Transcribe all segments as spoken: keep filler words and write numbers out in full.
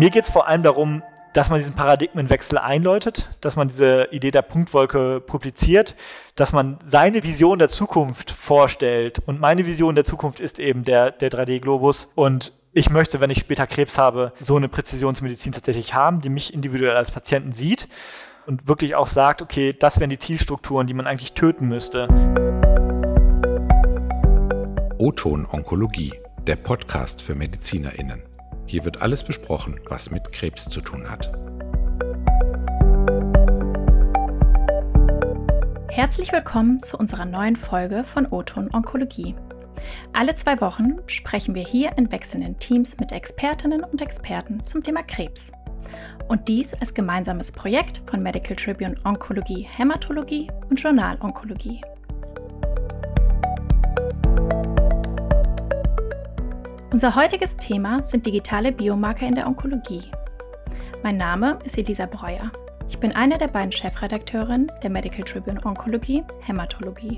Mir geht es vor allem darum, dass man diesen Paradigmenwechsel einläutet, dass man diese Idee der Punktwolke publiziert, dass man seine Vision der Zukunft vorstellt. Und meine Vision der Zukunft ist eben der, der drei D-Globus. Und ich möchte, wenn ich später Krebs habe, so eine Präzisionsmedizin tatsächlich haben, die mich individuell als Patienten sieht und wirklich auch sagt, okay, das wären die Zielstrukturen, die man eigentlich töten müsste. O-Ton Onkologie, der Podcast für MedizinerInnen. Hier wird alles besprochen, was mit Krebs zu tun hat. Herzlich willkommen zu unserer neuen Folge von O-Ton Onkologie. Alle zwei Wochen sprechen wir hier in wechselnden Teams mit Expertinnen und Experten zum Thema Krebs. Und dies als gemeinsames Projekt von Medical Tribune Onkologie, Hämatologie und Journal Onkologie. Unser heutiges Thema sind digitale Biomarker in der Onkologie. Mein Name ist Elisa Breuer. Ich bin eine der beiden Chefredakteurinnen der Medical Tribune Onkologie, Hämatologie.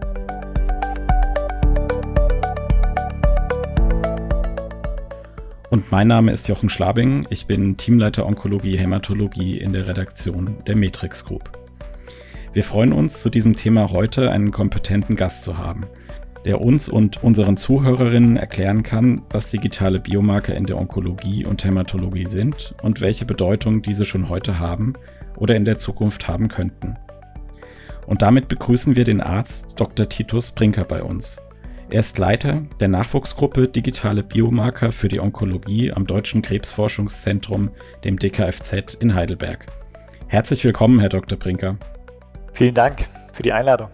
Und mein Name ist Jochen Schlabing. Ich bin Teamleiter Onkologie, Hämatologie in der Redaktion der Matrix Group. Wir freuen uns, zu diesem Thema heute einen kompetenten Gast zu haben, der uns und unseren Zuhörerinnen erklären kann, was digitale Biomarker in der Onkologie und Hämatologie sind und welche Bedeutung diese schon heute haben oder in der Zukunft haben könnten. Und damit begrüßen wir den Arzt Doktor Titus Brinker bei uns. Er ist Leiter der Nachwuchsgruppe Digitale Biomarker für die Onkologie am Deutschen Krebsforschungszentrum, dem D K F Z in Heidelberg. Herzlich willkommen, Herr Doktor Brinker. Vielen Dank für die Einladung.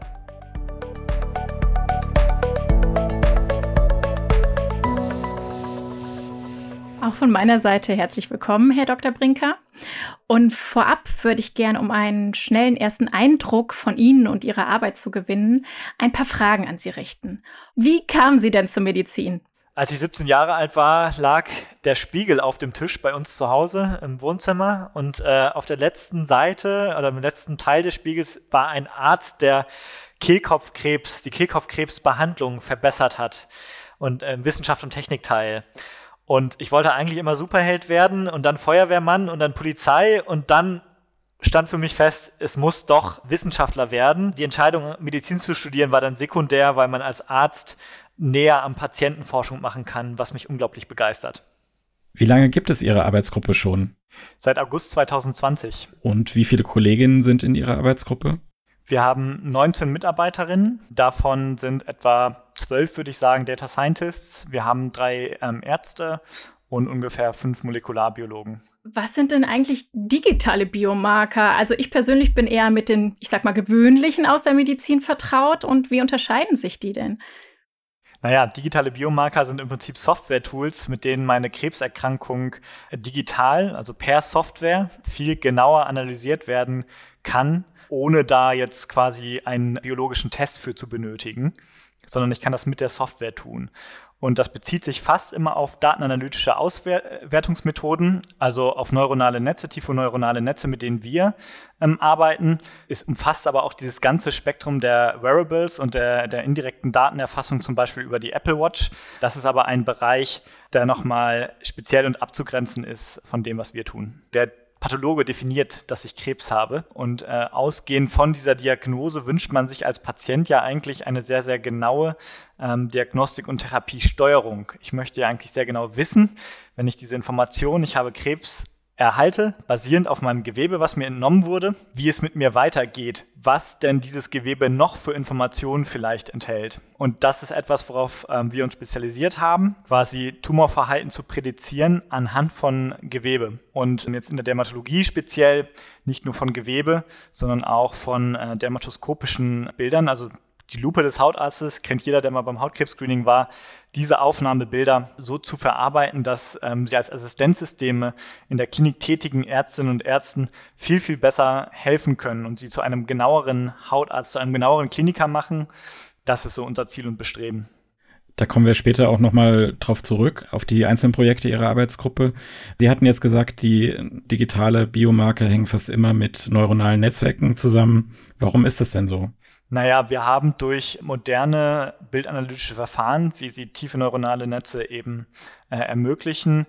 Auch von meiner Seite herzlich willkommen, Herr Doktor Brinker. Und vorab würde ich gern, um einen schnellen ersten Eindruck von Ihnen und Ihrer Arbeit zu gewinnen, ein paar Fragen an Sie richten. Wie kamen Sie denn zur Medizin? Als ich siebzehn Jahre alt war, lag der Spiegel auf dem Tisch bei uns zu Hause im Wohnzimmer und äh, auf der letzten Seite oder im letzten Teil des Spiegels war ein Arzt, der Kehlkopfkrebs, die Kehlkopfkrebsbehandlung verbessert hat und äh, Wissenschaft und Technikteil. Und ich wollte eigentlich immer Superheld werden und dann Feuerwehrmann und dann Polizei und dann stand für mich fest, es muss doch Wissenschaftler werden. Die Entscheidung, Medizin zu studieren, war dann sekundär, weil man als Arzt näher am Patienten Forschung machen kann, was mich unglaublich begeistert. Wie lange gibt es Ihre Arbeitsgruppe schon? Seit August zwanzig zwanzig. Und wie viele Kolleginnen sind in Ihrer Arbeitsgruppe? Wir haben neunzehn Mitarbeiterinnen, davon sind etwa zwölf, würde ich sagen, Data Scientists. Wir haben drei ähm, Ärzte und ungefähr fünf Molekularbiologen. Was sind denn eigentlich digitale Biomarker? Also ich persönlich bin eher mit den, ich sag mal, gewöhnlichen aus der Medizin vertraut. Und wie unterscheiden sich die denn? Naja, digitale Biomarker sind im Prinzip Software-Tools, mit denen meine Krebserkrankung digital, also per Software, viel genauer analysiert werden kann, ohne da jetzt quasi einen biologischen Test für zu benötigen, sondern ich kann das mit der Software tun. Und das bezieht sich fast immer auf datenanalytische Auswertungsmethoden, also auf neuronale Netze, tiefeneuronale Netze, mit denen wir ähm, arbeiten. Es umfasst aber auch dieses ganze Spektrum der Wearables und der, der indirekten Datenerfassung, zum Beispiel über die Apple Watch. Das ist aber ein Bereich, der nochmal speziell und abzugrenzen ist von dem, was wir tun. Der Pathologe definiert, dass ich Krebs habe. Und äh, ausgehend von dieser Diagnose wünscht man sich als Patient ja eigentlich eine sehr, sehr genaue ähm, Diagnostik- und Therapiesteuerung. Ich möchte ja eigentlich sehr genau wissen, wenn ich diese Information, ich habe Krebs, erhalte, basierend auf meinem Gewebe, was mir entnommen wurde, wie es mit mir weitergeht, was denn dieses Gewebe noch für Informationen vielleicht enthält. Und das ist etwas, worauf ähm, wir uns spezialisiert haben, quasi Tumorverhalten zu prädizieren anhand von Gewebe. Und jetzt in der Dermatologie speziell nicht nur von Gewebe, sondern auch von äh, dermatoskopischen Bildern, also die Lupe des Hautarztes, kennt jeder, der mal beim Hautkrebs-Screening war, diese Aufnahmebilder so zu verarbeiten, dass ähm, sie als Assistenzsysteme in der Klinik tätigen Ärztinnen und Ärzten viel, viel besser helfen können und sie zu einem genaueren Hautarzt, zu einem genaueren Kliniker machen. Das ist so unser Ziel und Bestreben. Da kommen wir später auch nochmal drauf zurück, auf die einzelnen Projekte Ihrer Arbeitsgruppe. Sie hatten jetzt gesagt, die digitale Biomarker hängen fast immer mit neuronalen Netzwerken zusammen. Warum ist das denn so? Naja, wir haben durch moderne bildanalytische Verfahren, wie sie tiefe neuronale Netze eben äh, ermöglichen,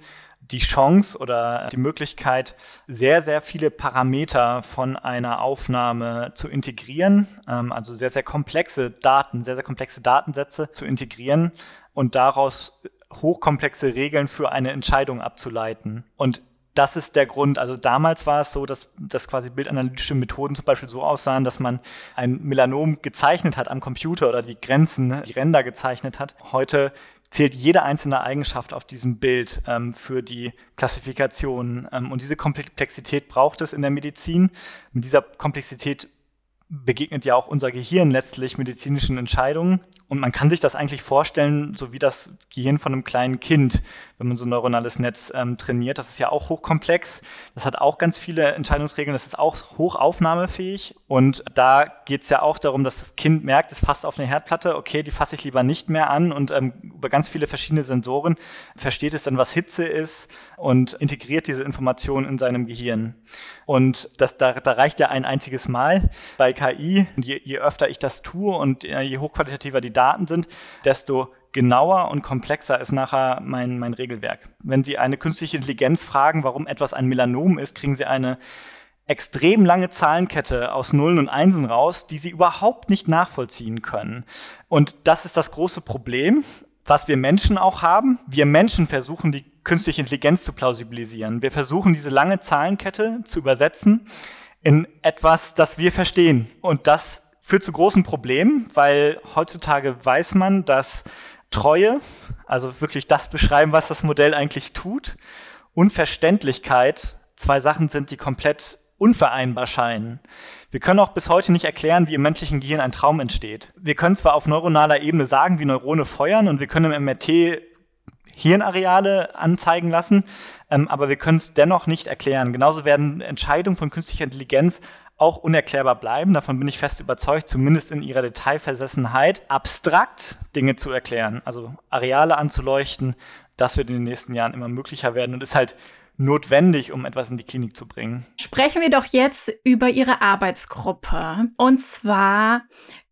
die Chance oder die Möglichkeit, sehr, sehr viele Parameter von einer Aufnahme zu integrieren, ähm, also sehr, sehr komplexe Daten, sehr, sehr komplexe Datensätze zu integrieren und daraus hochkomplexe Regeln für eine Entscheidung abzuleiten. Und das ist der Grund. Also damals war es so, dass, dass quasi bildanalytische Methoden zum Beispiel so aussahen, dass man ein Melanom gezeichnet hat am Computer oder die Grenzen, die Ränder gezeichnet hat. Heute zählt jede einzelne Eigenschaft auf diesem Bild ähm, für die Klassifikation. Ähm, und diese Komplexität braucht es in der Medizin. Mit dieser Komplexität begegnet ja auch unser Gehirn letztlich medizinischen Entscheidungen. Und man kann sich das eigentlich vorstellen, so wie das Gehirn von einem kleinen Kind, wenn man so ein neuronales Netz ähm, trainiert. Das ist ja auch hochkomplex. Das hat auch ganz viele Entscheidungsregeln. Das ist auch hoch aufnahmefähig. Und da geht es ja auch darum, dass das Kind merkt, es fasst auf eine Herdplatte. Okay, die fasse ich lieber nicht mehr an. Und ähm, über ganz viele verschiedene Sensoren versteht es dann, was Hitze ist und integriert diese Informationen in seinem Gehirn. Und das, da, da reicht ja ein einziges Mal bei K I. Und je, je öfter ich das tue und äh, je hochqualitativer die Daten sind, desto genauer und komplexer ist nachher mein, mein Regelwerk. Wenn Sie eine künstliche Intelligenz fragen, warum etwas ein Melanom ist, kriegen Sie eine extrem lange Zahlenkette aus Nullen und Einsen raus, die Sie überhaupt nicht nachvollziehen können. Und das ist das große Problem, was wir Menschen auch haben. Wir Menschen versuchen, die künstliche Intelligenz zu plausibilisieren. Wir versuchen, diese lange Zahlenkette zu übersetzen in etwas, das wir verstehen. Und das führt zu großen Problemen, weil heutzutage weiß man, dass Treue, also wirklich das beschreiben, was das Modell eigentlich tut, und Verständlichkeit zwei Sachen sind, die komplett unvereinbar scheinen. Wir können auch bis heute nicht erklären, wie im menschlichen Gehirn ein Traum entsteht. Wir können zwar auf neuronaler Ebene sagen, wie Neurone feuern, und wir können im M R T Hirnareale anzeigen lassen, ähm, aber wir können es dennoch nicht erklären. Genauso werden Entscheidungen von künstlicher Intelligenz auch unerklärbar bleiben. Davon bin ich fest überzeugt, zumindest in ihrer Detailversessenheit, abstrakt Dinge zu erklären, also Areale anzuleuchten. Das wird in den nächsten Jahren immer möglicher werden und ist halt notwendig, um etwas in die Klinik zu bringen. Sprechen wir doch jetzt über Ihre Arbeitsgruppe, und zwar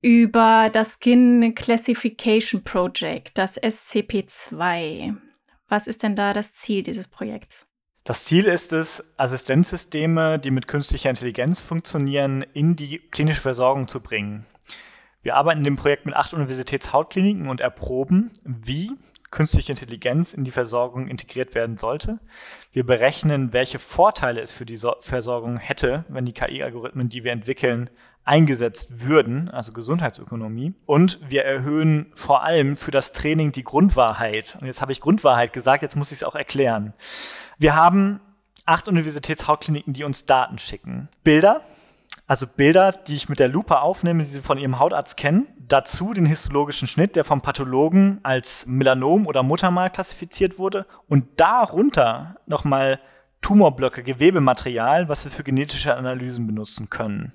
über das Skin Classification Project, das S C P zwei. Was ist denn da das Ziel dieses Projekts? Das Ziel ist es, Assistenzsysteme, die mit künstlicher Intelligenz funktionieren, in die klinische Versorgung zu bringen. Wir arbeiten in dem Projekt mit acht Universitätshautkliniken und erproben, wie künstliche Intelligenz in die Versorgung integriert werden sollte. Wir berechnen, welche Vorteile es für die so- Versorgung hätte, wenn die K I-Algorithmen, die wir entwickeln, eingesetzt würden, also Gesundheitsökonomie. Und wir erhöhen vor allem für das Training die Grundwahrheit. Und jetzt habe ich Grundwahrheit gesagt, jetzt muss ich es auch erklären. Wir haben acht Universitätshautkliniken, die uns Daten schicken. Bilder, also Bilder, die ich mit der Lupe aufnehme, die Sie von Ihrem Hautarzt kennen. Dazu den histologischen Schnitt, der vom Pathologen als Melanom oder Muttermal klassifiziert wurde. Und darunter nochmal Tumorblöcke, Gewebematerial, was wir für genetische Analysen benutzen können.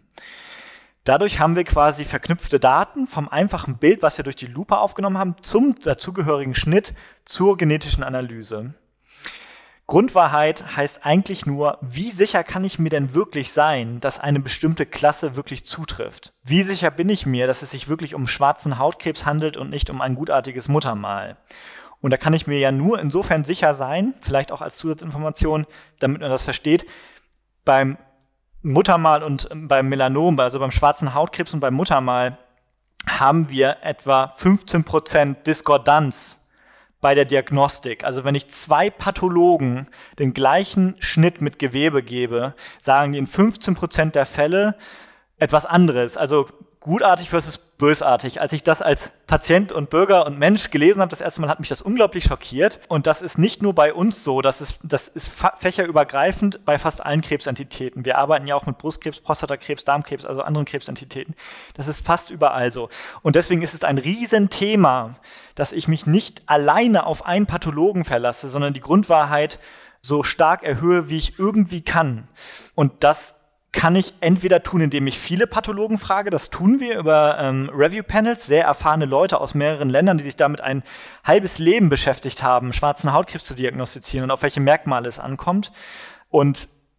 Dadurch haben wir quasi verknüpfte Daten vom einfachen Bild, was wir durch die Lupe aufgenommen haben, zum dazugehörigen Schnitt zur genetischen Analyse. Grundwahrheit heißt eigentlich nur, wie sicher kann ich mir denn wirklich sein, dass eine bestimmte Klasse wirklich zutrifft? Wie sicher bin ich mir, dass es sich wirklich um schwarzen Hautkrebs handelt und nicht um ein gutartiges Muttermal? Und da kann ich mir ja nur insofern sicher sein, vielleicht auch als Zusatzinformation, damit man das versteht, beim Muttermal und beim Melanom, also beim schwarzen Hautkrebs und beim Muttermal, haben wir etwa fünfzehn Prozent Diskordanz bei der Diagnostik. Also wenn ich zwei Pathologen den gleichen Schnitt mit Gewebe gebe, sagen die in fünfzehn Prozent der Fälle etwas anderes. Also gutartig versus bösartig. Als ich das als Patient und Bürger und Mensch gelesen habe, das erste Mal, hat mich das unglaublich schockiert. Und das ist nicht nur bei uns so, das ist, das ist fächerübergreifend bei fast allen Krebsentitäten. Wir arbeiten ja auch mit Brustkrebs, Prostatakrebs, Darmkrebs, also anderen Krebsentitäten. Das ist fast überall so. Und deswegen ist es ein Riesenthema, dass ich mich nicht alleine auf einen Pathologen verlasse, sondern die Grundwahrheit so stark erhöhe, wie ich irgendwie kann. Und das kann ich entweder tun, indem ich viele Pathologen frage. Das tun wir über ähm, Review-Panels, sehr erfahrene Leute aus mehreren Ländern, die sich damit ein halbes Leben beschäftigt haben, schwarzen Hautkrebs zu diagnostizieren und auf welche Merkmale es ankommt. Und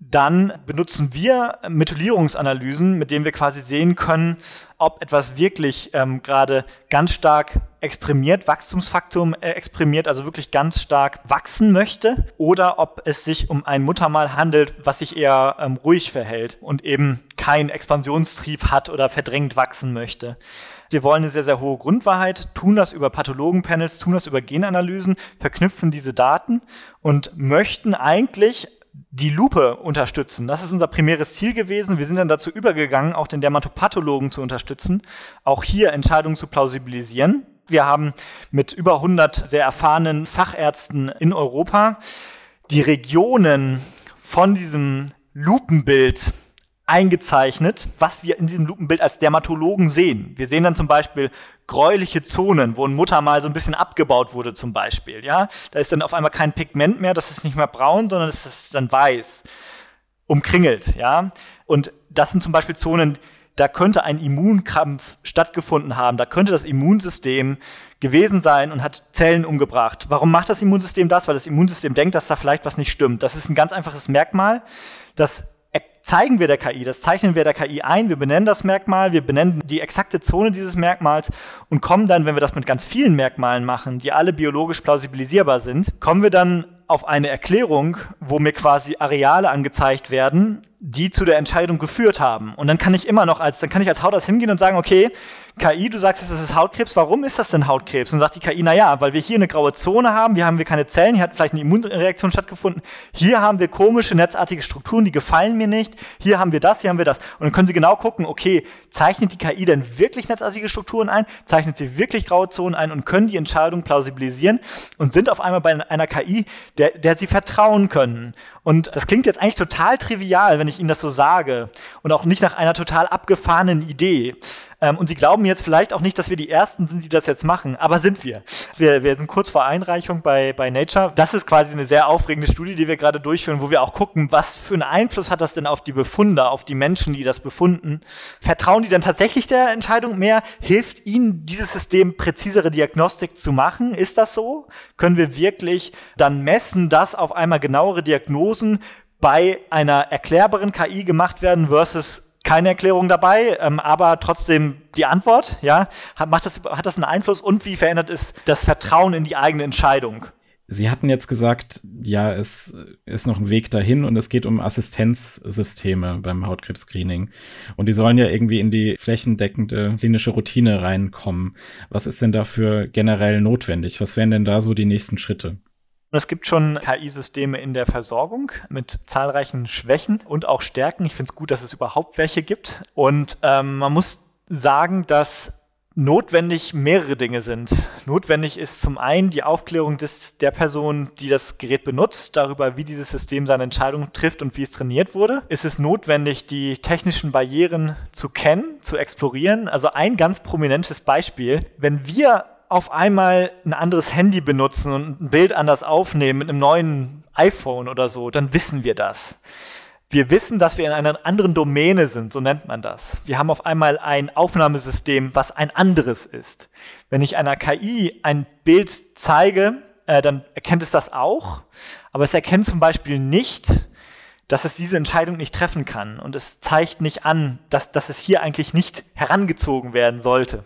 dann benutzen wir Methylierungsanalysen, mit denen wir quasi sehen können, ob etwas wirklich ähm, gerade ganz stark exprimiert, Wachstumsfaktor äh, exprimiert, also wirklich ganz stark wachsen möchte, oder ob es sich um ein Muttermal handelt, was sich eher ähm, ruhig verhält und eben keinen Expansionstrieb hat oder verdrängt wachsen möchte. Wir wollen eine sehr, sehr hohe Grundwahrheit, tun das über Pathologenpanels, tun das über Genanalysen, verknüpfen diese Daten und möchten eigentlich die Lupe unterstützen. Das ist unser primäres Ziel gewesen. Wir sind dann dazu übergegangen, auch den Dermatopathologen zu unterstützen, auch hier Entscheidungen zu plausibilisieren. Wir haben mit über hundert sehr erfahrenen Fachärzten in Europa die Regionen von diesem Lupenbild eingezeichnet, was wir in diesem Lupenbild als Dermatologen sehen. Wir sehen dann zum Beispiel gräuliche Zonen, wo ein Muttermal so ein bisschen abgebaut wurde zum Beispiel. Ja? Da ist dann auf einmal kein Pigment mehr, das ist nicht mehr braun, sondern es ist dann weiß, umkringelt. Ja? Und das sind zum Beispiel Zonen, da könnte ein Immunkrampf stattgefunden haben, da könnte das Immunsystem gewesen sein und hat Zellen umgebracht. Warum macht das Immunsystem das? Weil das Immunsystem denkt, dass da vielleicht was nicht stimmt. Das ist ein ganz einfaches Merkmal, das zeigen wir der K I, das zeichnen wir der K I ein, wir benennen das Merkmal, wir benennen die exakte Zone dieses Merkmals und kommen dann, wenn wir das mit ganz vielen Merkmalen machen, die alle biologisch plausibilisierbar sind, kommen wir dann auf eine Erklärung, wo mir quasi Areale angezeigt werden, die zu der Entscheidung geführt haben. Und dann kann ich immer noch als, dann kann ich als Hautarzt hingehen und sagen, okay, K I, du sagst, es ist Hautkrebs, warum ist das denn Hautkrebs? Und dann sagt die K I, na ja, weil wir hier eine graue Zone haben, hier haben wir keine Zellen, hier hat vielleicht eine Immunreaktion stattgefunden, hier haben wir komische, netzartige Strukturen, die gefallen mir nicht, hier haben wir das, hier haben wir das. Und dann können Sie genau gucken, okay, zeichnet die K I denn wirklich netzartige Strukturen ein, zeichnet sie wirklich graue Zonen ein und können die Entscheidung plausibilisieren und sind auf einmal bei einer K I, der, der Sie vertrauen können. Und das klingt jetzt eigentlich total trivial, wenn ich Ihnen das so sage und auch nicht nach einer total abgefahrenen Idee. Ähm, und Sie glauben jetzt vielleicht auch nicht, dass wir die Ersten sind, die das jetzt machen, aber sind wir. Wir, wir sind kurz vor Einreichung bei, bei Nature. Das ist quasi eine sehr aufregende Studie, die wir gerade durchführen, wo wir auch gucken, was für einen Einfluss hat das denn auf die Befunde, auf die Menschen, die das befunden. Vertrauen die dann tatsächlich der Entscheidung mehr? Hilft ihnen dieses System, präzisere Diagnostik zu machen? Ist das so? Können wir wirklich dann messen, dass auf einmal genauere Diagnosen bei einer erklärbaren K I gemacht werden versus keine Erklärung dabei, ähm, aber trotzdem die Antwort, ja, hat, macht das, hat das einen Einfluss und wie verändert es das Vertrauen in die eigene Entscheidung? Sie hatten jetzt gesagt, ja, es ist noch ein Weg dahin und es geht um Assistenzsysteme beim Hautkrebs-Screening. Und die sollen ja irgendwie in die flächendeckende klinische Routine reinkommen. Was ist denn dafür generell notwendig? Was wären denn da so die nächsten Schritte? Es gibt schon K I-Systeme in der Versorgung mit zahlreichen Schwächen und auch Stärken. Ich finde es gut, dass es überhaupt welche gibt. Und ähm, man muss sagen, dass notwendig mehrere Dinge sind. Notwendig ist zum einen die Aufklärung des, der Person, die das Gerät benutzt, darüber, wie dieses System seine Entscheidung trifft und wie es trainiert wurde. Es ist notwendig, die technischen Barrieren zu kennen, zu explorieren. Also ein ganz prominentes Beispiel, wenn wir auf einmal ein anderes Handy benutzen und ein Bild anders aufnehmen mit einem neuen iPhone oder so, dann wissen wir das. Wir wissen, dass wir in einer anderen Domäne sind, so nennt man das. Wir haben auf einmal ein Aufnahmesystem, was ein anderes ist. Wenn ich einer K I ein Bild zeige, äh, dann erkennt es das auch, aber es erkennt zum Beispiel nicht, dass es diese Entscheidung nicht treffen kann. Und es zeigt nicht an, dass, dass es hier eigentlich nicht herangezogen werden sollte.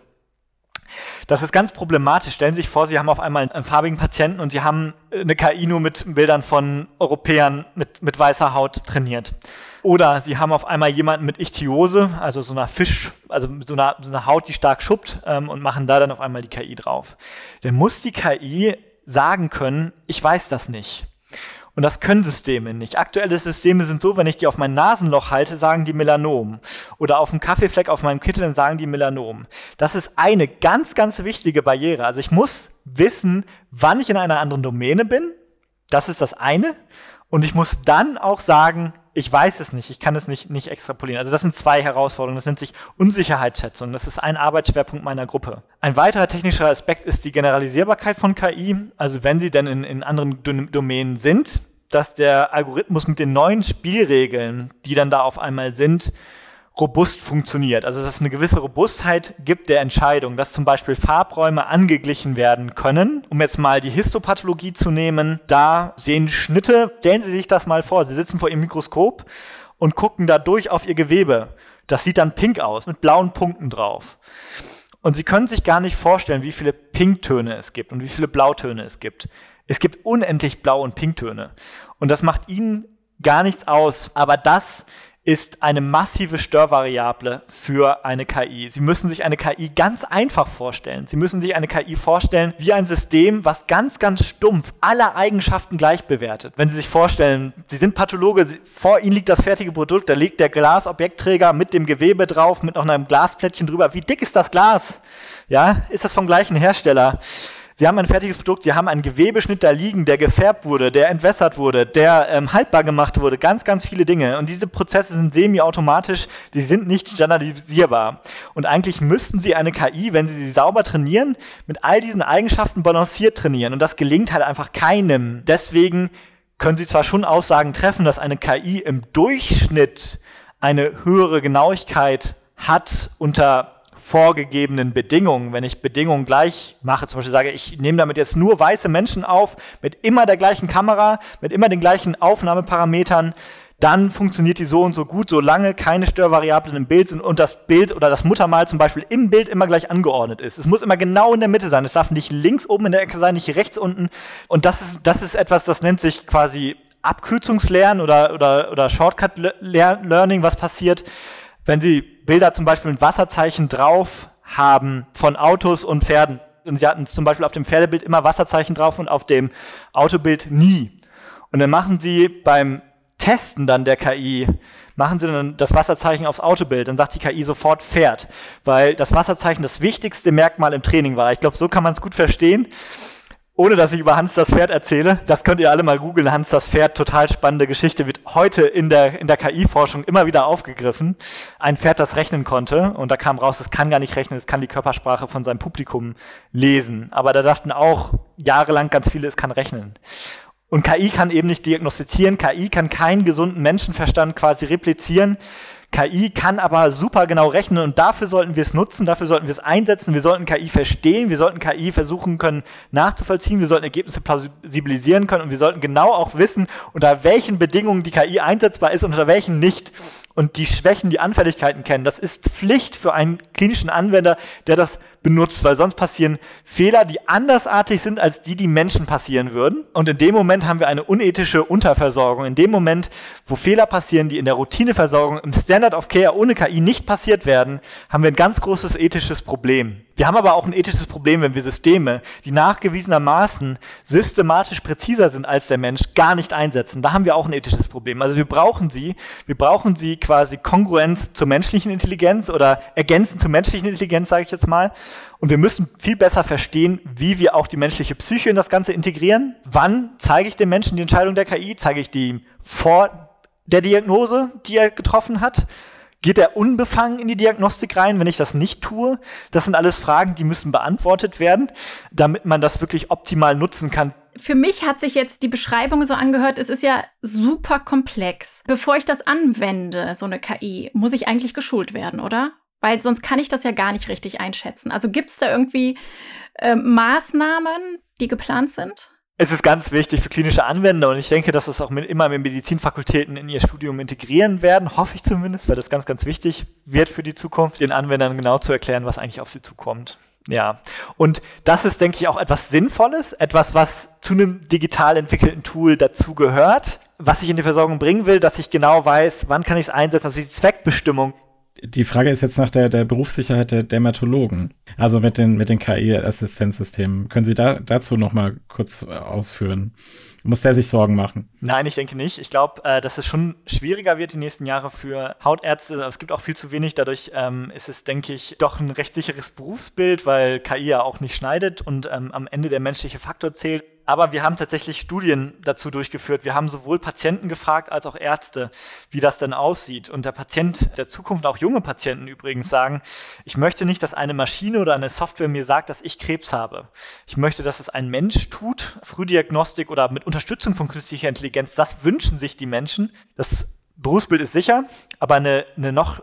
Das ist ganz problematisch. Stellen Sie sich vor, Sie haben auf einmal einen farbigen Patienten und Sie haben eine K I nur mit Bildern von Europäern mit, mit weißer Haut trainiert. Oder Sie haben auf einmal jemanden mit Ichthyose, also so einer Fisch, also mit so einer, so einer Haut, die stark schuppt, ähm, und machen da dann auf einmal die K I drauf. Dann muss die K I sagen können, ich weiß das nicht. Und das können Systeme nicht. Aktuelle Systeme sind so, wenn ich die auf mein Nasenloch halte, sagen die Melanom. Oder auf einen Kaffeefleck auf meinem Kittel, dann sagen die Melanom. Das ist eine ganz, ganz wichtige Barriere. Also ich muss wissen, wann ich in einer anderen Domäne bin. Das ist das eine. Und ich muss dann auch sagen, ich weiß es nicht, ich kann es nicht, nicht extrapolieren. Also das sind zwei Herausforderungen. Das nennt sich Unsicherheitsschätzung. Das ist ein Arbeitsschwerpunkt meiner Gruppe. Ein weiterer technischer Aspekt ist die Generalisierbarkeit von K I. Also wenn sie denn in, in anderen Domänen sind, dass der Algorithmus mit den neuen Spielregeln, die dann da auf einmal sind, robust funktioniert. Also dass es eine gewisse Robustheit gibt der Entscheidung, dass zum Beispiel Farbräume angeglichen werden können. Um jetzt mal die Histopathologie zu nehmen, da sehen Schnitte, stellen Sie sich das mal vor, Sie sitzen vor Ihrem Mikroskop und gucken da durch auf Ihr Gewebe. Das sieht dann pink aus, mit blauen Punkten drauf. Und Sie können sich gar nicht vorstellen, wie viele Pinktöne es gibt und wie viele Blautöne es gibt. Es gibt unendlich Blau- und Pinktöne. Und das macht Ihnen gar nichts aus. Aber das ist eine massive Störvariable für eine K I. Sie müssen sich eine K I ganz einfach vorstellen. Sie müssen sich eine K I vorstellen wie ein System, was ganz, ganz stumpf alle Eigenschaften gleich bewertet. Wenn Sie sich vorstellen, Sie sind Pathologe, Sie, vor Ihnen liegt das fertige Produkt, da liegt der Glasobjektträger mit dem Gewebe drauf, mit noch einem Glasplättchen drüber. Wie dick ist das Glas? Ja, ist das vom gleichen Hersteller? Sie haben ein fertiges Produkt, Sie haben einen Gewebeschnitt da liegen, der gefärbt wurde, der entwässert wurde, der ähm, haltbar gemacht wurde, ganz, ganz viele Dinge. Und diese Prozesse sind semi-automatisch, die sind nicht standardisierbar. Und eigentlich müssten Sie eine K I, wenn Sie sie sauber trainieren, mit all diesen Eigenschaften balanciert trainieren. Und das gelingt halt einfach keinem. Deswegen können Sie zwar schon Aussagen treffen, dass eine K I im Durchschnitt eine höhere Genauigkeit hat unter vorgegebenen Bedingungen. Wenn ich Bedingungen gleich mache, zum Beispiel sage, ich nehme damit jetzt nur weiße Menschen auf, mit immer der gleichen Kamera, mit immer den gleichen Aufnahmeparametern, dann funktioniert die so und so gut, solange keine Störvariablen im Bild sind und das Bild oder das Muttermal zum Beispiel im Bild immer gleich angeordnet ist. Es muss immer genau in der Mitte sein. Es darf nicht links oben in der Ecke sein, nicht rechts unten. Und das ist, das ist etwas, das nennt sich quasi Abkürzungslernen oder, oder, oder Shortcut-Learning, was passiert, wenn Sie Bilder zum Beispiel mit Wasserzeichen drauf haben von Autos und Pferden. Und Sie hatten zum Beispiel auf dem Pferdebild immer Wasserzeichen drauf und auf dem Autobild nie. Und dann machen Sie beim Testen dann der K I, machen Sie dann das Wasserzeichen aufs Autobild, dann sagt die K I sofort Pferd, weil das Wasserzeichen das wichtigste Merkmal im Training war. Ich glaube, so kann man es gut verstehen. Ohne dass ich über Hans das Pferd erzähle, das könnt ihr alle mal googeln, Hans das Pferd, total spannende Geschichte, wird heute in der in der K I-Forschung immer wieder aufgegriffen. Ein Pferd, das rechnen konnte und da kam raus, es kann gar nicht rechnen, es kann die Körpersprache von seinem Publikum lesen. Aber da dachten auch jahrelang ganz viele, es kann rechnen. Und K I kann eben nicht diagnostizieren, K I kann keinen gesunden Menschenverstand quasi replizieren. K I kann aber super genau rechnen und dafür sollten wir es nutzen, dafür sollten wir es einsetzen, wir sollten K I verstehen, wir sollten K I versuchen können nachzuvollziehen, wir sollten Ergebnisse plausibilisieren können und wir sollten genau auch wissen, unter welchen Bedingungen die K I einsetzbar ist und unter welchen nicht. Und die Schwächen, die Anfälligkeiten kennen, das ist Pflicht für einen klinischen Anwender, der das benutzt, weil sonst passieren Fehler, die andersartig sind, als die, die Menschen passieren würden. Und in dem Moment haben wir eine unethische Unterversorgung. In dem Moment, wo Fehler passieren, die in der Routineversorgung im Standard of Care ohne K I nicht passiert werden, haben wir ein ganz großes ethisches Problem. Wir haben aber auch ein ethisches Problem, wenn wir Systeme, die nachgewiesenermaßen systematisch präziser sind als der Mensch, gar nicht einsetzen. Da haben wir auch ein ethisches Problem. Also wir brauchen sie, wir brauchen sie quasi kongruent zur menschlichen Intelligenz oder ergänzend zur menschlichen Intelligenz, sage ich jetzt mal. Und wir müssen viel besser verstehen, wie wir auch die menschliche Psyche in das Ganze integrieren. Wann zeige ich dem Menschen die Entscheidung der K I? Zeige ich die vor der Diagnose, die er getroffen hat? Geht er unbefangen in die Diagnostik rein, wenn ich das nicht tue? Das sind alles Fragen, die müssen beantwortet werden, damit man das wirklich optimal nutzen kann. Für mich hat sich jetzt die Beschreibung so angehört, es ist ja super komplex. Bevor ich das anwende, so eine K I, muss ich eigentlich geschult werden, oder? Weil sonst kann ich das ja gar nicht richtig einschätzen. Also gibt es da irgendwie äh, Maßnahmen, die geplant sind? Es ist ganz wichtig für klinische Anwender und ich denke, dass das auch mit, immer mit Medizinfakultäten in ihr Studium integrieren werden, hoffe ich zumindest, weil das ganz, ganz wichtig wird für die Zukunft, den Anwendern genau zu erklären, was eigentlich auf sie zukommt. Ja, und das ist, denke ich, auch etwas Sinnvolles, etwas, was zu einem digital entwickelten Tool dazugehört, was ich in die Versorgung bringen will, dass ich genau weiß, wann kann ich es einsetzen, also die Zweckbestimmung. Die Frage ist jetzt nach der, der Berufssicherheit der Dermatologen, also mit den, mit den K I-Assistenzsystemen. Können Sie da, dazu noch mal kurz ausführen? Muss der sich Sorgen machen? Nein, ich denke nicht. Ich glaube, äh, dass es schon schwieriger wird die nächsten Jahre für Hautärzte. Es gibt auch viel zu wenig. Dadurch ähm, ist es, denke ich, doch ein recht sicheres Berufsbild, weil K I ja auch nicht schneidet und ähm, am Ende der menschliche Faktor zählt. Aber wir haben tatsächlich Studien dazu durchgeführt. Wir haben sowohl Patienten gefragt als auch Ärzte, wie das denn aussieht. Und der Patient der Zukunft, auch junge Patienten übrigens, sagen, ich möchte nicht, dass eine Maschine oder eine Software mir sagt, dass ich Krebs habe. Ich möchte, dass es ein Mensch tut, Frühdiagnostik oder mit Unterstützung von künstlicher Intelligenz. Das wünschen sich die Menschen. Das Berufsbild ist sicher, aber eine, eine noch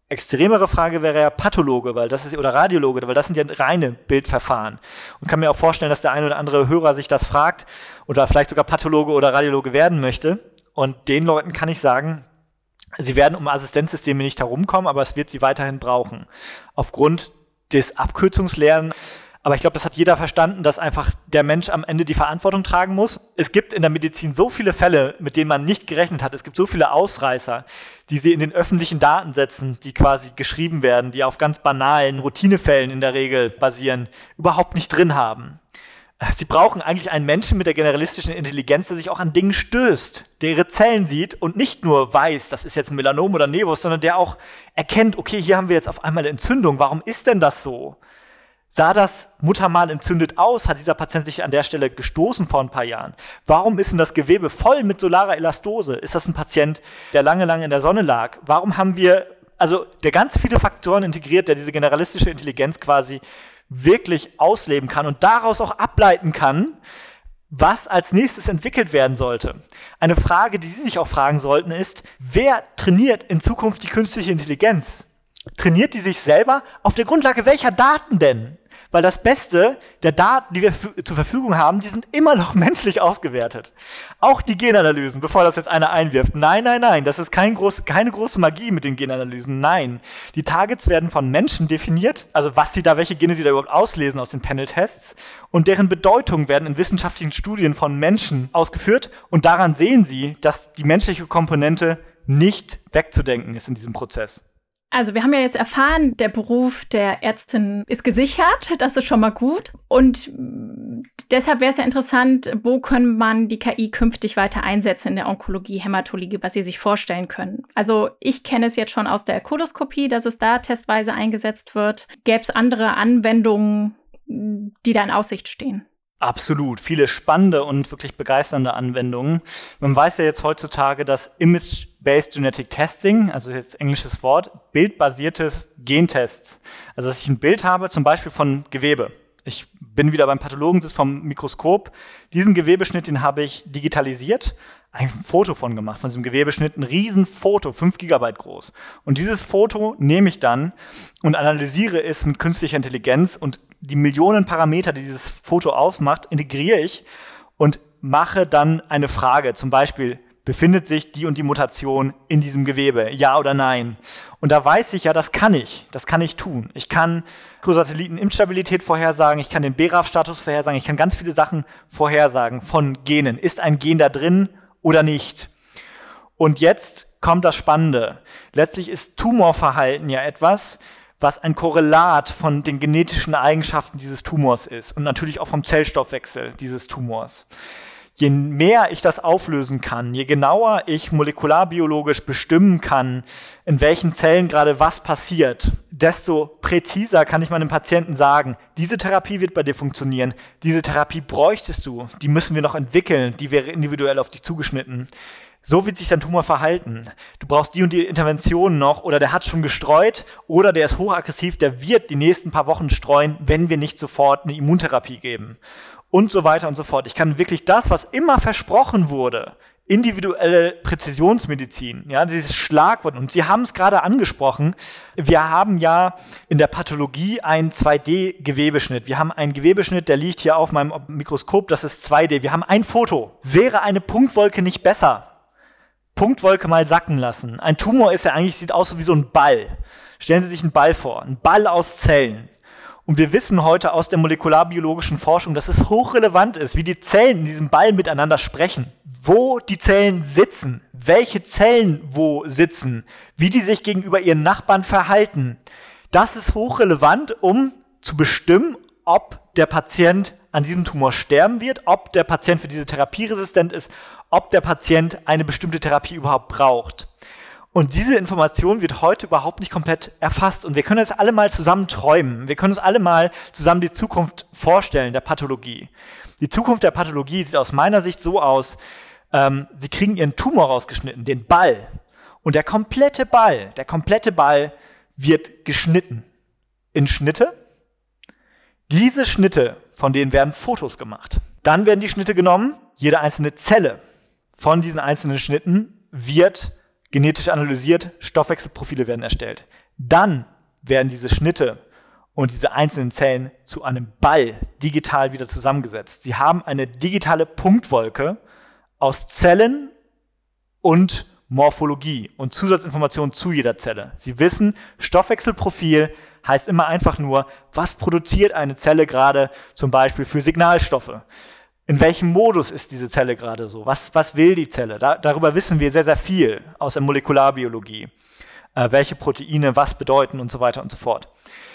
extremere Frage wäre ja Pathologe, weil das ist, oder Radiologe, weil das sind ja reine Bildverfahren. Und kann mir auch vorstellen, dass der eine oder andere Hörer sich das fragt oder vielleicht sogar Pathologe oder Radiologe werden möchte. Und den Leuten kann ich sagen, sie werden um Assistenzsysteme nicht herumkommen, aber es wird sie weiterhin brauchen. Aufgrund des Abkürzungslernen. Aber ich glaube, das hat jeder verstanden, dass einfach der Mensch am Ende die Verantwortung tragen muss. Es gibt in der Medizin so viele Fälle, mit denen man nicht gerechnet hat. Es gibt so viele Ausreißer, die sie in den öffentlichen Datensätzen, die quasi geschrieben werden, die auf ganz banalen Routinefällen in der Regel basieren, überhaupt nicht drin haben. Sie brauchen eigentlich einen Menschen mit der generalistischen Intelligenz, der sich auch an Dingen stößt, der ihre Zellen sieht und nicht nur weiß, das ist jetzt ein Melanom oder Nevus, sondern der auch erkennt, okay, hier haben wir jetzt auf einmal eine Entzündung. Warum ist denn das so? Sah das Muttermal entzündet aus? Hat dieser Patient sich an der Stelle gestoßen vor ein paar Jahren? Warum ist denn das Gewebe voll mit solarer Elastose? Ist das ein Patient, der lange, lange in der Sonne lag? Warum haben wir, also der ganz viele Faktoren integriert, der diese generalistische Intelligenz quasi wirklich ausleben kann und daraus auch ableiten kann, was als nächstes entwickelt werden sollte. Eine Frage, die Sie sich auch fragen sollten, ist, wer trainiert in Zukunft die künstliche Intelligenz? Trainiert die sich selber? Auf der Grundlage welcher Daten denn? Weil das Beste der Daten, die wir f- zur Verfügung haben, die sind immer noch menschlich ausgewertet. Auch die Genanalysen, bevor das jetzt einer einwirft. Nein, nein, nein, das ist kein groß, keine große Magie mit den Genanalysen. Nein, die Targets werden von Menschen definiert, also was sie da, welche Gene sie da überhaupt auslesen aus den Panel-Tests, und deren Bedeutung werden in wissenschaftlichen Studien von Menschen ausgeführt, und daran sehen sie, dass die menschliche Komponente nicht wegzudenken ist in diesem Prozess. Also wir haben ja jetzt erfahren, der Beruf der Ärztin ist gesichert, das ist schon mal gut. Und deshalb wäre es ja interessant, wo können man die K I künftig weiter einsetzen in der Onkologie, Hämatologie, was Sie sich vorstellen können. Also ich kenne es jetzt schon aus der Koloskopie, dass es da testweise eingesetzt wird. Gäbe es andere Anwendungen, die da in Aussicht stehen? Absolut, viele spannende und wirklich begeisternde Anwendungen. Man weiß ja jetzt heutzutage, dass Image-Based Genetic Testing, also jetzt englisches Wort, bildbasiertes Gentests, also dass ich ein Bild habe, zum Beispiel von Gewebe. Ich bin wieder beim Pathologen, das ist vom Mikroskop. Diesen Gewebeschnitt, den habe ich digitalisiert, ein Foto von gemacht, von diesem Gewebeschnitt, ein Riesenfoto, fünf Gigabyte groß. Und dieses Foto nehme ich dann und analysiere es mit künstlicher Intelligenz, und die Millionen Parameter, die dieses Foto ausmacht, integriere ich und mache dann eine Frage. Zum Beispiel, befindet sich die und die Mutation in diesem Gewebe? Ja oder nein? Und da weiß ich ja, das kann ich. Das kann ich tun. Ich kann Mikrosatelliten-Instabilität vorhersagen, ich kann den B R A F-Status vorhersagen, ich kann ganz viele Sachen vorhersagen von Genen. Ist ein Gen da drin oder nicht? Und jetzt kommt das Spannende. Letztlich ist Tumorverhalten ja etwas, was ein Korrelat von den genetischen Eigenschaften dieses Tumors ist und natürlich auch vom Zellstoffwechsel dieses Tumors. Je mehr ich das auflösen kann, je genauer ich molekularbiologisch bestimmen kann, in welchen Zellen gerade was passiert, desto präziser kann ich meinem Patienten sagen, diese Therapie wird bei dir funktionieren, diese Therapie bräuchtest du, die müssen wir noch entwickeln, die wäre individuell auf dich zugeschnitten. So wird sich dein Tumor verhalten. Du brauchst die und die Intervention noch, oder der hat schon gestreut, oder der ist hochaggressiv, der wird die nächsten paar Wochen streuen, wenn wir nicht sofort eine Immuntherapie geben. Und so weiter und so fort. Ich kann wirklich das, was immer versprochen wurde, individuelle Präzisionsmedizin, ja, dieses Schlagwort, und Sie haben es gerade angesprochen, wir haben ja in der Pathologie einen zwei D-Gewebeschnitt. Wir haben einen Gewebeschnitt, der liegt hier auf meinem Mikroskop, das ist zwei D. Wir haben ein Foto. Wäre eine Punktwolke nicht besser? Punktwolke mal sacken lassen. Ein Tumor ist ja eigentlich, sieht aus wie so ein Ball. Stellen Sie sich einen Ball vor, ein Ball aus Zellen. Und wir wissen heute aus der molekularbiologischen Forschung, dass es hochrelevant ist, wie die Zellen in diesem Ball miteinander sprechen, wo die Zellen sitzen, welche Zellen wo sitzen, wie die sich gegenüber ihren Nachbarn verhalten. Das ist hochrelevant, um zu bestimmen, ob der Patient an diesem Tumor sterben wird, ob der Patient für diese Therapie resistent ist, ob der Patient eine bestimmte Therapie überhaupt braucht. Und diese Information wird heute überhaupt nicht komplett erfasst. Und wir können jetzt alle mal zusammen träumen. Wir können uns alle mal zusammen die Zukunft vorstellen, der Pathologie. Die Zukunft der Pathologie sieht aus meiner Sicht so aus, ähm, Sie kriegen Ihren Tumor rausgeschnitten, den Ball. Und der komplette Ball, der komplette Ball wird geschnitten in Schnitte. Diese Schnitte, von denen werden Fotos gemacht. Dann werden die Schnitte genommen. Jede einzelne Zelle von diesen einzelnen Schnitten wird genetisch analysiert, Stoffwechselprofile werden erstellt. Dann werden diese Schnitte und diese einzelnen Zellen zu einem Ball digital wieder zusammengesetzt. Sie haben eine digitale Punktwolke aus Zellen und Morphologie und Zusatzinformationen zu jeder Zelle. Sie wissen, Stoffwechselprofil heißt immer einfach nur, was produziert eine Zelle gerade zum Beispiel für Signalstoffe? In welchem Modus ist diese Zelle gerade so? Was, was will die Zelle? Da, darüber wissen wir sehr, sehr viel aus der Molekularbiologie. Äh, welche Proteine was bedeuten und so weiter und so fort.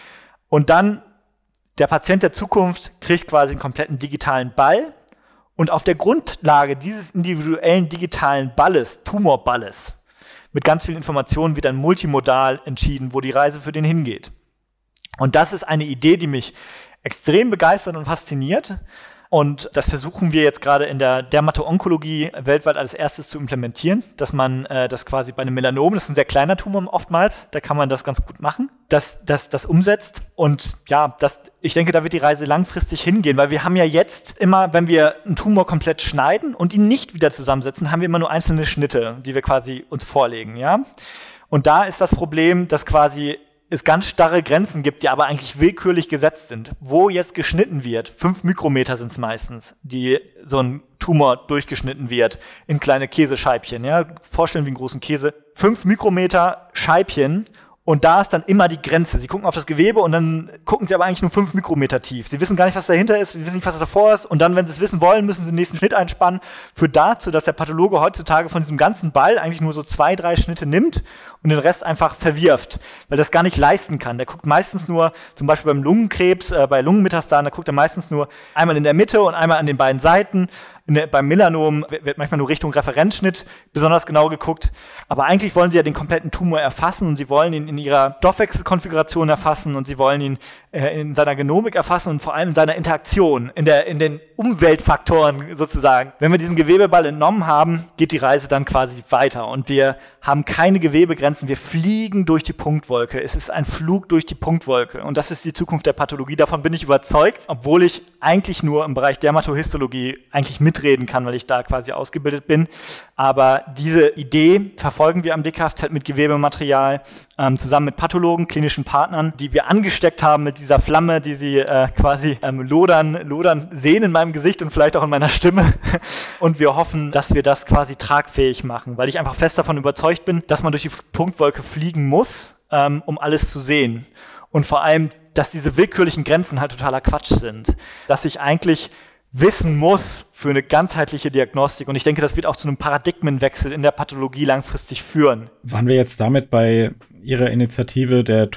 Und dann, der Patient der Zukunft kriegt quasi einen kompletten digitalen Ball und auf der Grundlage dieses individuellen digitalen Balles, Tumorballes, mit ganz vielen Informationen wird dann multimodal entschieden, wo die Reise für den hingeht. Und das ist eine Idee, die mich extrem begeistert und fasziniert. Und das versuchen wir jetzt gerade in der Dermato-Onkologie weltweit als erstes zu implementieren, dass man äh, das quasi bei einem Melanom, das ist ein sehr kleiner Tumor oftmals, da kann man das ganz gut machen, dass das das umsetzt. Und ja, das, ich denke, da wird die Reise langfristig hingehen, weil wir haben ja jetzt immer, wenn wir einen Tumor komplett schneiden und ihn nicht wieder zusammensetzen, haben wir immer nur einzelne Schnitte, die wir quasi uns vorlegen, ja. Und da ist das Problem, dass quasi es ganz starre Grenzen gibt, die aber eigentlich willkürlich gesetzt sind. Wo jetzt geschnitten wird, fünf Mikrometer sind es meistens, die so ein Tumor durchgeschnitten wird in kleine Käsescheibchen. Ja, vorstellen wie einen großen Käse. Fünf Mikrometer Scheibchen und da ist dann immer die Grenze. Sie gucken auf das Gewebe und dann gucken sie aber eigentlich nur fünf Mikrometer tief. Sie wissen gar nicht, was dahinter ist, sie wissen nicht, was davor ist und dann, wenn sie es wissen wollen, müssen sie den nächsten Schnitt einspannen. Führt dazu, dass der Pathologe heutzutage von diesem ganzen Ball eigentlich nur so zwei, drei Schnitte nimmt und den Rest einfach verwirft, weil das gar nicht leisten kann. Der guckt meistens nur, zum Beispiel beim Lungenkrebs, äh, bei Lungenmetastasen, da guckt er meistens nur einmal in der Mitte und einmal an den beiden Seiten. In der, beim Melanom wird manchmal nur Richtung Referenzschnitt besonders genau geguckt. Aber eigentlich wollen sie ja den kompletten Tumor erfassen und sie wollen ihn in ihrer Stoffwechselkonfiguration erfassen und sie wollen ihn äh, in seiner Genomik erfassen und vor allem in seiner Interaktion, in der in den Umweltfaktoren sozusagen. Wenn wir diesen Gewebeball entnommen haben, geht die Reise dann quasi weiter und wir haben keine Gewebegrenzen, wir fliegen durch die Punktwolke. Es ist ein Flug durch die Punktwolke und das ist die Zukunft der Pathologie. Davon bin ich überzeugt, obwohl ich eigentlich nur im Bereich Dermatohistologie eigentlich mitreden kann, weil ich da quasi ausgebildet bin. Aber diese Idee verfolgen wir am D K F Z mit Gewebematerial ähm, zusammen mit Pathologen, klinischen Partnern, die wir angesteckt haben mit dieser Flamme, die sie äh, quasi ähm, lodern, lodern sehen in meinem Gesicht und vielleicht auch in meiner Stimme. Und wir hoffen, dass wir das quasi tragfähig machen, weil ich einfach fest davon überzeugt bin, dass man durch die Punktwolke fliegen muss, ähm, um alles zu sehen. Und vor allem, dass diese willkürlichen Grenzen halt totaler Quatsch sind. Dass ich eigentlich wissen muss für eine ganzheitliche Diagnostik. Und ich denke, das wird auch zu einem Paradigmenwechsel in der Pathologie langfristig führen. Waren wir jetzt damit bei Ihrer Initiative, der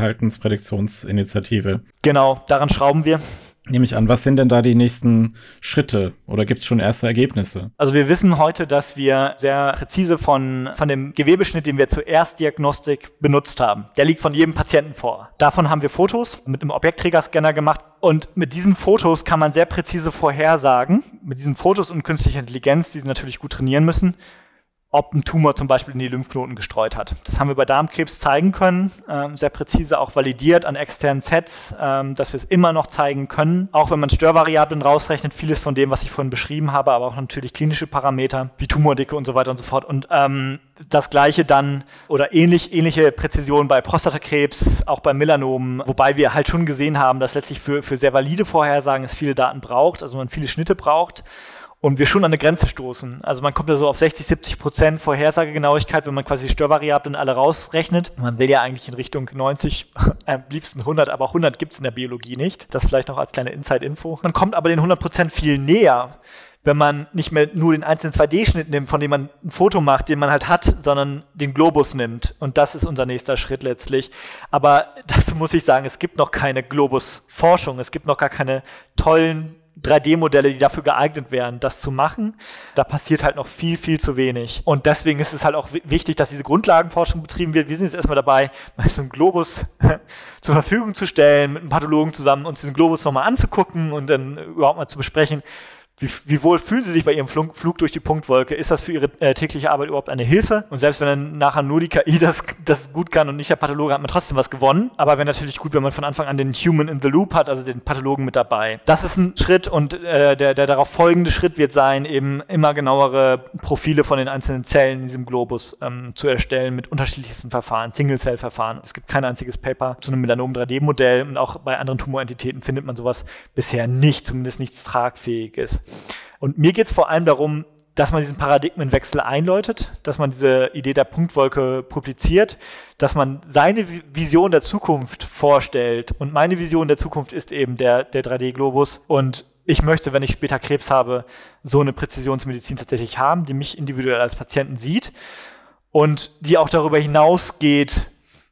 Tumorverhaltensprädiktionsinitiative? Genau, daran schrauben wir. Nehme ich an. Was sind denn da die nächsten Schritte oder gibt es schon erste Ergebnisse? Also wir wissen heute, dass wir sehr präzise von, von dem Gewebeschnitt, den wir zur Erstdiagnostik benutzt haben, der liegt von jedem Patienten vor. Davon haben wir Fotos mit einem Objektträgerscanner gemacht und mit diesen Fotos kann man sehr präzise vorhersagen, mit diesen Fotos und künstlicher Intelligenz, die Sie natürlich gut trainieren müssen, ob ein Tumor zum Beispiel in die Lymphknoten gestreut hat. Das haben wir bei Darmkrebs zeigen können, ähm, sehr präzise auch validiert an externen Sets, ähm, dass wir es immer noch zeigen können. Auch wenn man Störvariablen rausrechnet, vieles von dem, was ich vorhin beschrieben habe, aber auch natürlich klinische Parameter wie Tumordicke und so weiter und so fort. Und ähm, das Gleiche dann oder ähnlich ähnliche Präzision bei Prostatakrebs, auch bei Melanomen, wobei wir halt schon gesehen haben, dass letztlich für, für sehr valide Vorhersagen es viele Daten braucht, also man viele Schnitte braucht. Und wir schon an eine Grenze stoßen. Also man kommt ja so auf sechzig, siebzig Prozent Vorhersagegenauigkeit, wenn man quasi die Störvariablen alle rausrechnet. Man will ja eigentlich in Richtung neunzig, am liebsten hundert, aber auch hundert gibt es in der Biologie nicht. Das vielleicht noch als kleine Inside-Info. Man kommt aber den hundert Prozent viel näher, wenn man nicht mehr nur den einzelnen zwei D-Schnitt nimmt, von dem man ein Foto macht, den man halt hat, sondern den Globus nimmt. Und das ist unser nächster Schritt letztlich. Aber dazu muss ich sagen, es gibt noch keine Globus-Forschung. Es gibt noch gar keine tollen drei D-Modelle, die dafür geeignet wären, das zu machen. Da passiert halt noch viel, viel zu wenig. Und deswegen ist es halt auch wichtig, dass diese Grundlagenforschung betrieben wird. Wir sind jetzt erstmal dabei, mal so einen Globus zur Verfügung zu stellen, mit einem Pathologen zusammen uns diesen Globus nochmal anzugucken und dann überhaupt mal zu besprechen, Wie, wie wohl fühlen sie sich bei ihrem Flug, Flug durch die Punktwolke? Ist das für ihre äh, tägliche Arbeit überhaupt eine Hilfe? Und selbst wenn dann nachher nur die K I das, das gut kann und nicht der Pathologe, hat man trotzdem was gewonnen. Aber wäre natürlich gut, wenn man von Anfang an den Human in the Loop hat, also den Pathologen mit dabei. Das ist ein Schritt und äh, der, der darauf folgende Schritt wird sein, eben immer genauere Profile von den einzelnen Zellen in diesem Globus ähm, zu erstellen mit unterschiedlichsten Verfahren, Single-Cell-Verfahren. Es gibt kein einziges Paper zu einem Melanom drei D Modell und auch bei anderen Tumorentitäten findet man sowas bisher nicht, zumindest nichts Tragfähiges. Und mir geht es vor allem darum, dass man diesen Paradigmenwechsel einläutet, dass man diese Idee der Punktwolke publiziert, dass man seine Vision der Zukunft vorstellt. Und meine Vision der Zukunft ist eben der, der drei D Globus. Und ich möchte, wenn ich später Krebs habe, so eine Präzisionsmedizin tatsächlich haben, die mich individuell als Patienten sieht und die auch darüber hinausgeht,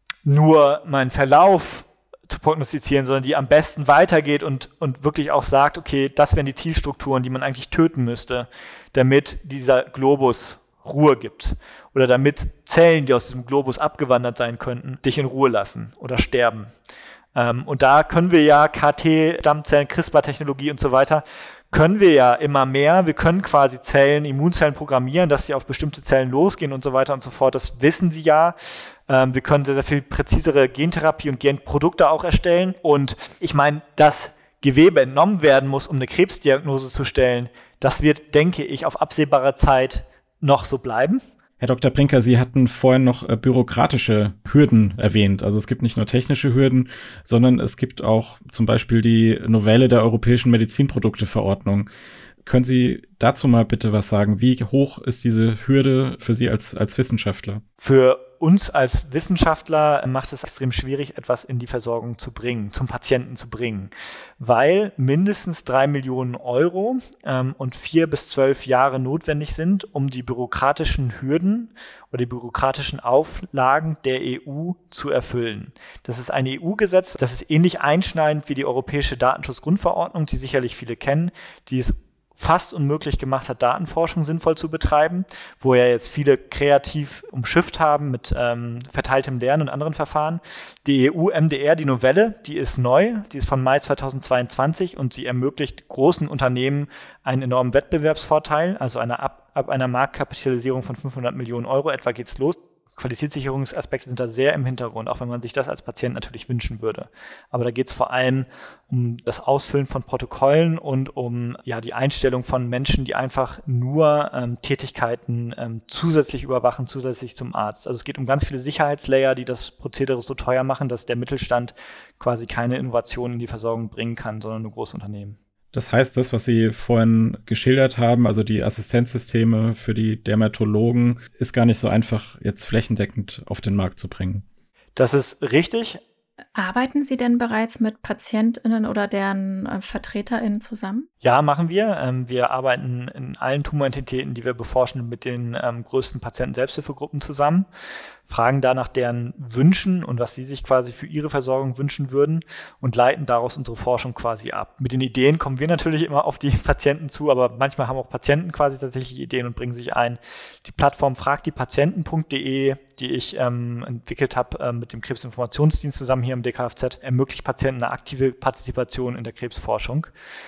nur meinen Verlauf zu prognostizieren, sondern die am besten weitergeht und, und wirklich auch sagt, okay, das wären die Zielstrukturen, die man eigentlich töten müsste, damit dieser Globus Ruhe gibt oder damit Zellen, die aus diesem Globus abgewandert sein könnten, dich in Ruhe lassen oder sterben. Ähm, und da können wir ja K T, Stammzellen, CRISPR-Technologie und so weiter, können wir ja immer mehr. Wir können quasi Zellen, Immunzellen programmieren, dass sie auf bestimmte Zellen losgehen und so weiter und so fort. Das wissen sie ja. Ähm, wir können sehr, sehr viel präzisere Gentherapie und Genprodukte auch erstellen. Und ich meine, dass Gewebe entnommen werden muss, um eine Krebsdiagnose zu stellen, das wird, denke ich, auf absehbare Zeit noch so bleiben. Herr Doktor Brinker, Sie hatten vorhin noch äh, bürokratische Hürden erwähnt. Also es gibt nicht nur technische Hürden, sondern es gibt auch zum Beispiel die Novelle der Europäischen Medizinprodukteverordnung. Können Sie dazu mal bitte was sagen? Wie hoch ist diese Hürde für Sie als, als Wissenschaftler? Für uns als Wissenschaftler macht es extrem schwierig, etwas in die Versorgung zu bringen, zum Patienten zu bringen, weil mindestens drei Millionen Euro ähm, und vier bis zwölf Jahre notwendig sind, um die bürokratischen Hürden oder die bürokratischen Auflagen der E U zu erfüllen. Das ist ein E U-Gesetz, das ist ähnlich einschneidend wie die Europäische Datenschutzgrundverordnung, die sicherlich viele kennen, die es fast unmöglich gemacht hat, Datenforschung sinnvoll zu betreiben, wo ja jetzt viele kreativ umschifft haben mit ähm, verteiltem Lernen und anderen Verfahren. Die E U-M D R, die Novelle, die ist neu, die ist von Mai zweitausendzweiundzwanzig und sie ermöglicht großen Unternehmen einen enormen Wettbewerbsvorteil, also eine ab, ab einer Marktkapitalisierung von fünfhundert Millionen Euro etwa geht's los. Qualitätssicherungsaspekte sind da sehr im Hintergrund, auch wenn man sich das als Patient natürlich wünschen würde. Aber da geht es vor allem um das Ausfüllen von Protokollen und um ja die Einstellung von Menschen, die einfach nur ähm, Tätigkeiten ähm, zusätzlich überwachen, zusätzlich zum Arzt. Also es geht um ganz viele Sicherheitslayer, die das Prozedere so teuer machen, dass der Mittelstand quasi keine Innovation in die Versorgung bringen kann, sondern nur große Unternehmen. Das heißt, das, was Sie vorhin geschildert haben, also die Assistenzsysteme für die Dermatologen, ist gar nicht so einfach, jetzt flächendeckend auf den Markt zu bringen. Das ist richtig. Arbeiten Sie denn bereits mit PatientInnen oder deren äh, VertreterInnen zusammen? Ja, machen wir. Ähm, wir arbeiten in allen Tumorentitäten, die wir beforschen, mit den ähm, größten Patienten-Selbsthilfegruppen zusammen, fragen da nach deren Wünschen und was sie sich quasi für ihre Versorgung wünschen würden und leiten daraus unsere Forschung quasi ab. Mit den Ideen kommen wir natürlich immer auf die Patienten zu, aber manchmal haben auch Patienten quasi tatsächlich Ideen und bringen sich ein. Die Plattform fragdiepatienten punkt de, die ich ähm, entwickelt habe äh, mit dem Krebsinformationsdienst zusammen hier im D K F Z, ermöglicht Patienten eine aktive Partizipation in der Krebsforschung.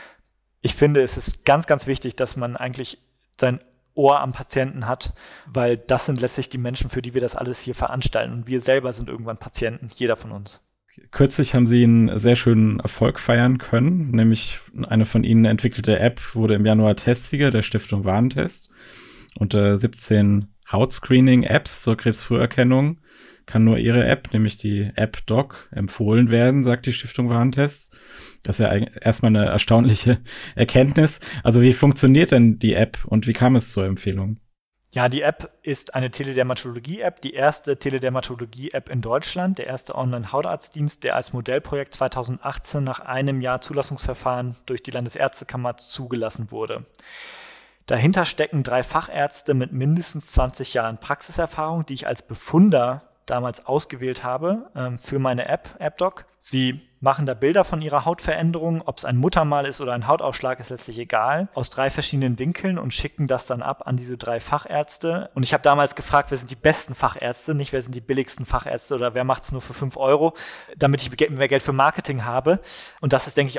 Ich finde, es ist ganz, ganz wichtig, dass man eigentlich sein Ohr am Patienten hat, weil das sind letztlich die Menschen, für die wir das alles hier veranstalten. Und wir selber sind irgendwann Patienten, jeder von uns. Kürzlich haben Sie einen sehr schönen Erfolg feiern können, nämlich eine von Ihnen entwickelte App wurde im Januar Testsieger der Stiftung Warentest. Unter siebzehn Hautscreening-Apps zur Krebsfrüherkennung kann nur Ihre App, nämlich die App Doc, empfohlen werden, sagt die Stiftung Warentest. Das ist ja erstmal eine erstaunliche Erkenntnis. Also wie funktioniert denn die App und wie kam es zur Empfehlung? Ja, die App ist eine Teledermatologie-App, die erste Teledermatologie-App in Deutschland, der erste Online-Hautarztdienst, der als Modellprojekt zweitausendachtzehn nach einem Jahr Zulassungsverfahren durch die Landesärztekammer zugelassen wurde. Dahinter stecken drei Fachärzte mit mindestens zwanzig Jahren Praxiserfahrung, die ich als Befunder damals ausgewählt habe ähm, für meine App, AppDoc. Sie machen da Bilder von ihrer Hautveränderung, ob es ein Muttermal ist oder ein Hautausschlag, ist letztlich egal, aus drei verschiedenen Winkeln und schicken das dann ab an diese drei Fachärzte. Und ich habe damals gefragt, wer sind die besten Fachärzte, nicht wer sind die billigsten Fachärzte oder wer macht es nur für fünf Euro, damit ich mehr Geld für Marketing habe. Und das ist, denke ich, auch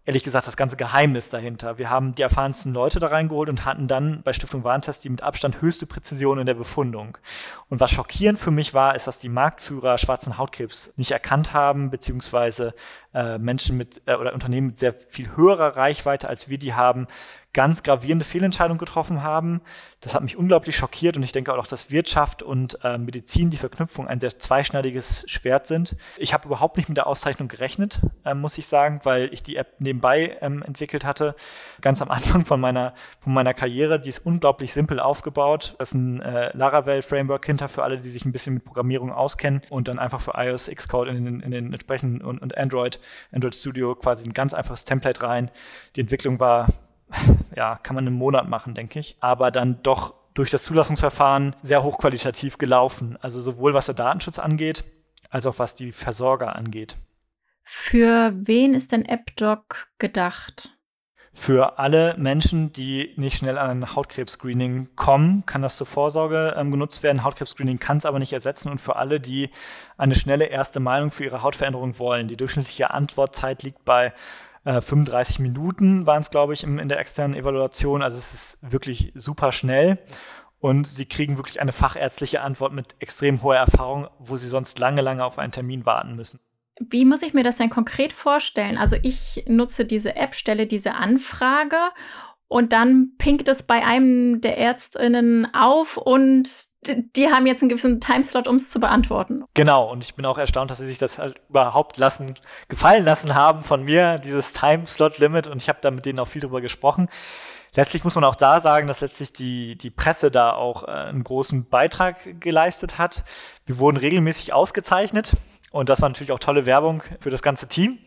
ehrlich gesagt das ganze Geheimnis dahinter. Wir haben die erfahrensten Leute da reingeholt und hatten dann bei Stiftung Warentest die mit Abstand höchste Präzision in der Befundung. Und was schockierend für mich war, ist, dass die Marktführer schwarzen Hautkrebs nicht erkannt haben, beziehungsweise äh, Menschen mit äh, oder Unternehmen mit sehr viel höherer Reichweite, als wir die haben, ganz gravierende Fehlentscheidungen getroffen haben. Das hat mich unglaublich schockiert und ich denke auch, dass Wirtschaft und äh, Medizin, die Verknüpfung, ein sehr zweischneidiges Schwert sind. Ich habe überhaupt nicht mit der Auszeichnung gerechnet, äh, muss ich sagen, weil ich die App nebenbei ähm, entwickelt hatte, ganz am Anfang von meiner, von meiner Karriere. Die ist unglaublich simpel aufgebaut. Das ist ein äh, Laravel-Framework hinter für alle, die sich ein bisschen mit Programmierung auskennen und dann einfach für iOS, Xcode in den, in den entsprechenden und, und Android, Android Studio quasi ein ganz einfaches Template rein. Die Entwicklung war ja, kann man einen Monat machen, denke ich, aber dann doch durch das Zulassungsverfahren sehr hochqualitativ gelaufen. Also sowohl was der Datenschutz angeht, als auch was die Versorger angeht. Für wen ist denn AppDoc gedacht? Für alle Menschen, die nicht schnell an ein Hautkrebs-Screening kommen, kann das zur Vorsorge ähm, genutzt werden. Hautkrebs-Screening kann es aber nicht ersetzen. Und für alle, die eine schnelle erste Meinung für ihre Hautveränderung wollen. Die durchschnittliche Antwortzeit liegt bei fünfunddreißig Minuten waren es, glaube ich, in der externen Evaluation. Also es ist wirklich super schnell. Und sie kriegen wirklich eine fachärztliche Antwort mit extrem hoher Erfahrung, wo sie sonst lange, lange auf einen Termin warten müssen. Wie muss ich mir das denn konkret vorstellen? Also ich nutze diese App, stelle diese Anfrage und dann pinkt es bei einem der ÄrztInnen auf und die haben jetzt einen gewissen Timeslot, um es zu beantworten. Genau, und ich bin auch erstaunt, dass sie sich das halt überhaupt lassen, gefallen lassen haben von mir, dieses Timeslot-Limit, und ich habe da mit denen auch viel drüber gesprochen. Letztlich muss man auch da sagen, dass letztlich die, die Presse da auch äh, einen großen Beitrag geleistet hat. Wir wurden regelmäßig ausgezeichnet und das war natürlich auch tolle Werbung für das ganze Team.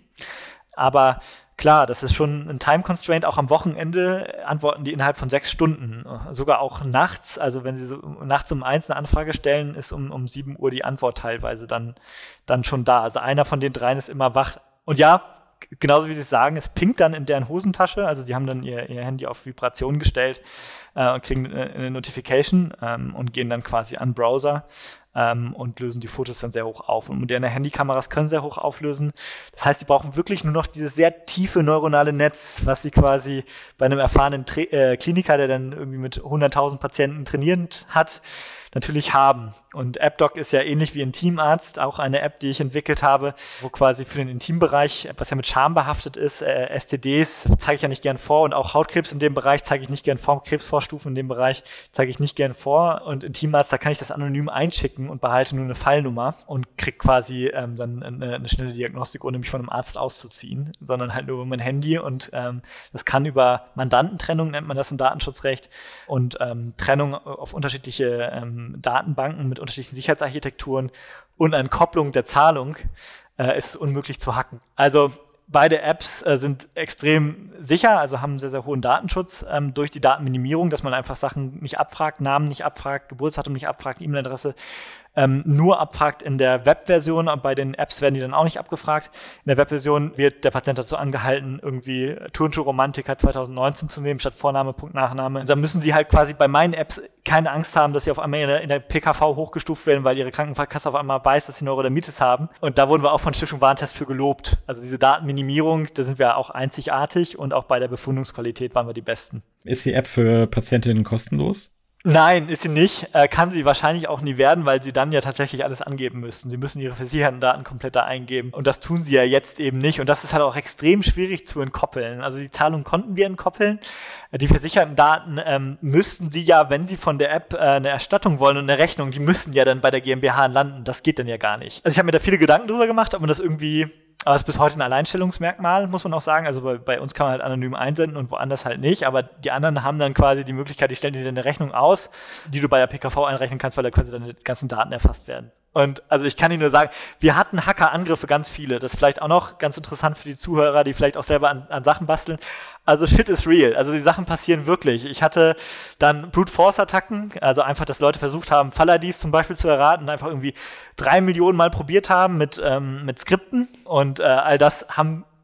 Aber klar, das ist schon ein Time-Constraint. Auch am Wochenende antworten die innerhalb von sechs Stunden. Sogar auch nachts. Also wenn sie so nachts um eins eine Anfrage stellen, ist um, um sieben Uhr die Antwort teilweise dann, dann schon da. Also einer von den dreien ist immer wach. Und ja, genauso wie sie es sagen, es pinkt dann in deren Hosentasche. Also die haben dann ihr, ihr Handy auf Vibration gestellt äh, und kriegen eine, eine Notification ähm, und gehen dann quasi an den Browser ähm, und lösen die Fotos dann sehr hoch auf. Und moderne Handykameras können sehr hoch auflösen. Das heißt, sie brauchen wirklich nur noch dieses sehr tiefe neuronale Netz, was sie quasi bei einem erfahrenen Tra- äh, Kliniker, der dann irgendwie mit hunderttausend Patienten trainierend hat, natürlich haben. Und AppDoc ist ja ähnlich wie Intimarzt, auch eine App, die ich entwickelt habe, wo quasi für den Intimbereich, was ja mit Scham behaftet ist, äh, S T Ds zeige ich ja nicht gern vor und auch Hautkrebs in dem Bereich zeige ich nicht gern vor, Krebsvorstufen in dem Bereich zeige ich nicht gern vor und Intimarzt, da kann ich das anonym einschicken und behalte nur eine Fallnummer und kriege quasi ähm, dann eine, eine schnelle Diagnostik, ohne mich von einem Arzt auszuziehen, sondern halt nur über mein Handy und ähm, das kann über Mandantentrennung, nennt man das im Datenschutzrecht, und ähm, Trennung auf unterschiedliche ähm, Datenbanken mit unterschiedlichen Sicherheitsarchitekturen und eine Kopplung der Zahlung äh, ist unmöglich zu hacken. Also beide Apps äh, sind extrem sicher, also haben sehr, sehr hohen Datenschutz ähm, durch die Datenminimierung, dass man einfach Sachen nicht abfragt, Namen nicht abfragt, Geburtsdatum nicht abfragt, E-Mail-Adresse ähm, nur abfragt in der Webversion. Bei den Apps werden die dann auch nicht abgefragt. In der Webversion wird der Patient dazu angehalten, irgendwie Turnschuh-Romantiker zwanzig neunzehn zu nehmen, statt Vorname, Punkt, Nachname. Da müssen sie halt quasi bei meinen Apps keine Angst haben, dass sie auf einmal in der, in der P K V hochgestuft werden, weil ihre Krankenkasse auf einmal weiß, dass sie Neurodermitis haben. Und da wurden wir auch von Stiftung Warentest für gelobt. Also diese Datenminimierung, da sind wir auch einzigartig und auch bei der Befundungsqualität waren wir die Besten. Ist die App für Patientinnen kostenlos? Nein, ist sie nicht. Äh, kann sie wahrscheinlich auch nie werden, weil sie dann ja tatsächlich alles angeben müssen. Sie müssen ihre versicherten Daten komplett da eingeben. Und das tun sie ja jetzt eben nicht. Und das ist halt auch extrem schwierig zu entkoppeln. Also die Zahlung konnten wir entkoppeln. Die versicherten Daten ähm, müssten sie ja, wenn sie von der App äh, eine Erstattung wollen und eine Rechnung, die müssen ja dann bei der GmbH landen. Das geht dann ja gar nicht. Also ich habe mir da viele Gedanken drüber gemacht, ob man das irgendwie... Aber es ist bis heute ein Alleinstellungsmerkmal, muss man auch sagen. Also bei, bei uns kann man halt anonym einsenden und woanders halt nicht. Aber die anderen haben dann quasi die Möglichkeit, die stellen dir eine Rechnung aus, die du bei der P K V einrechnen kannst, weil da quasi deine ganzen Daten erfasst werden. Und also ich kann Ihnen nur sagen, wir hatten Hackerangriffe, ganz viele. Das ist vielleicht auch noch ganz interessant für die Zuhörer, die vielleicht auch selber an, an Sachen basteln. Also shit is real. Also die Sachen passieren wirklich. Ich hatte dann Brute Force Attacken, also einfach, dass Leute versucht haben, Fall-I Ds zum Beispiel zu erraten und einfach irgendwie drei Millionen Mal probiert haben mit, ähm, mit Skripten. Und äh, all das haben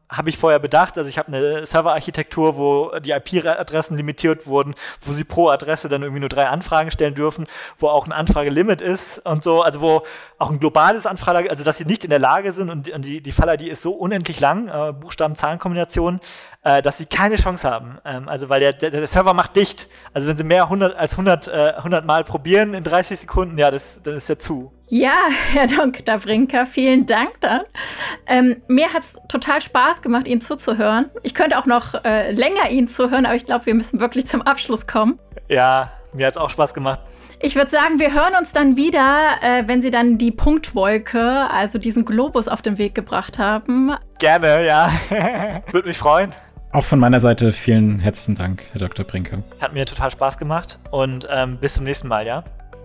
habe ich vorher bedacht. Also ich habe eine Serverarchitektur, wo die I P-Adressen limitiert wurden, wo sie pro Adresse dann irgendwie nur drei Anfragen stellen dürfen, wo auch ein Anfragelimit ist und so, also wo auch ein globales Anfrage, also dass sie nicht in der Lage sind und, und die, die Fall-I D ist so unendlich lang, äh, Buchstaben-Zahlen-Kombination, äh, dass sie keine Chance haben. Ähm, also weil der, der, der Server macht dicht. Also wenn sie mehr hundert als hundert, äh, hundert Mal probieren in dreißig Sekunden, ja, das, dann ist der zu. Ja, Herr Doktor Brinker, vielen Dank dann. Ähm, mir hat es total Spaß gemacht, Ihnen zuzuhören. Ich könnte auch noch äh, länger Ihnen zuhören, aber ich glaube, wir müssen wirklich zum Abschluss kommen. Ja, mir hat es auch Spaß gemacht. Ich würde sagen, wir hören uns dann wieder, äh, wenn Sie dann die Punktwolke, also diesen Globus auf den Weg gebracht haben. Gerne, ja. Würde mich freuen. Auch von meiner Seite vielen herzlichen Dank, Herr Doktor Brinker. Hat mir total Spaß gemacht und ähm, bis zum nächsten Mal, ja?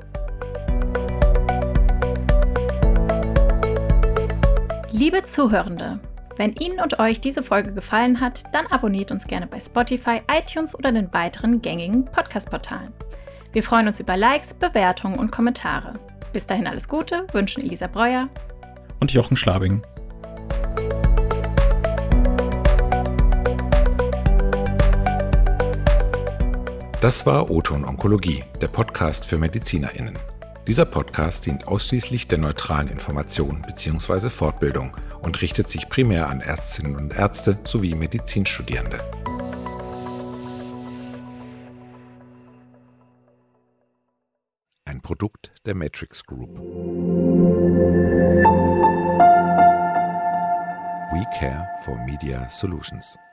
Liebe Zuhörende, wenn Ihnen und euch diese Folge gefallen hat, dann abonniert uns gerne bei Spotify, iTunes oder den weiteren gängigen Podcast-Portalen. Wir freuen uns über Likes, Bewertungen und Kommentare. Bis dahin alles Gute, wünschen Elisa Breuer und Jochen Schlabing. Das war O-Ton Onkologie, der Podcast für MedizinerInnen. Dieser Podcast dient ausschließlich der neutralen Information bzw. Fortbildung und richtet sich primär an Ärztinnen und Ärzte sowie Medizinstudierende. Ein Produkt der Matrix Group. We care for Media Solutions.